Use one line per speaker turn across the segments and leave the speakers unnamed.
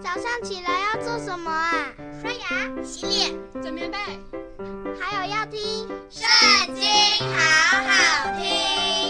早上起来要做什么啊？
刷牙、洗脸、
整棉被，
还有要听《
圣经》，好好听。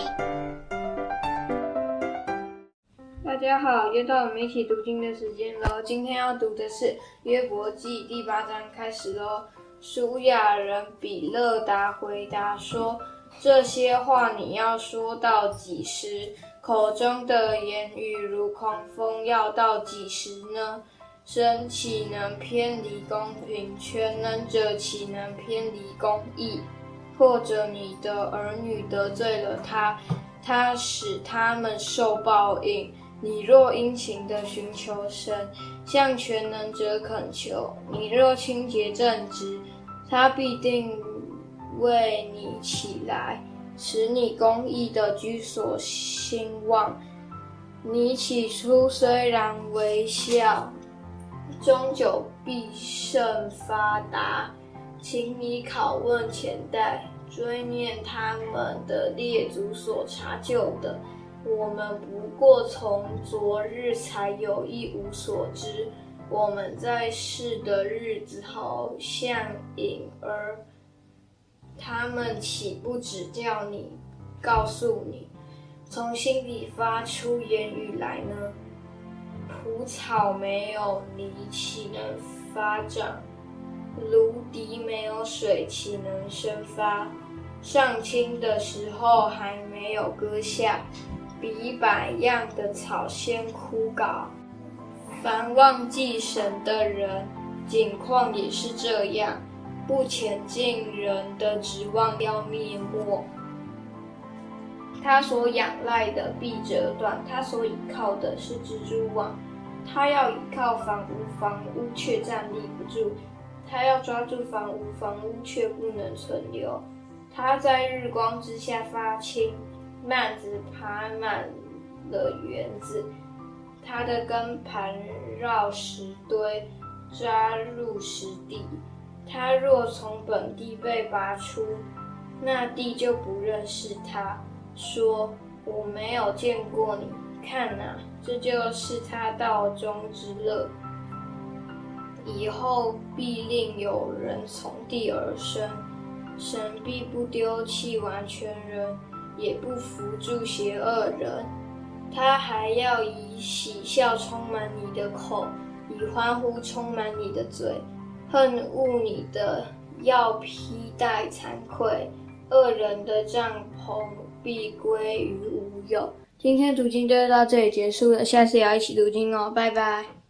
大家好，又到我们一起读经的时间了。今天要读的是约伯记第8章，开始咯。书亚人比勒达回答说：这些话你要说到几时？口中的言语如狂风，要到几时呢？神岂能偏离公平？全能者岂能偏离公义？或者你的儿女得罪了他，他使他们受报应。你若殷勤地寻求神，向全能者恳求，你若清洁正直，他必定为你起来，使你公义的居所兴旺。你起初虽然微笑，终究必甚发达。请你拷问前代，追念他们的列祖所查究的。我们不过从昨日才有一无所知。我们在世的日子好像影儿，他们岂不指教你，告诉你，从心里发出言语来呢？蒲草没有泥，岂能发长？芦荻没有水，岂能生发？上青的时候还没有割下，比百样的草先枯槁。凡忘记神的人，景况也是这样。不前进人的指望要灭没，他所仰赖的必折断，他所倚靠的是蜘蛛网。他要倚靠房屋，房屋却站立不住；他要抓住房屋，房屋却不能存留。他在日光之下发青，蔓子爬满了园子。他的根盘绕石堆，扎入石地。他若从本地被拔出，那地就不认识他，说：我没有见过你。看啊，这就是他道中之乐。以后必令有人从地而生，神必不丢弃完全人，也不扶助邪恶人。他还要以喜笑充满你的口，以欢呼充满你的嘴。恨恶你的要披戴惭愧，恶人的帐篷必归于无有。今天读经就到这里结束了，下次也要一起读经哦，拜拜。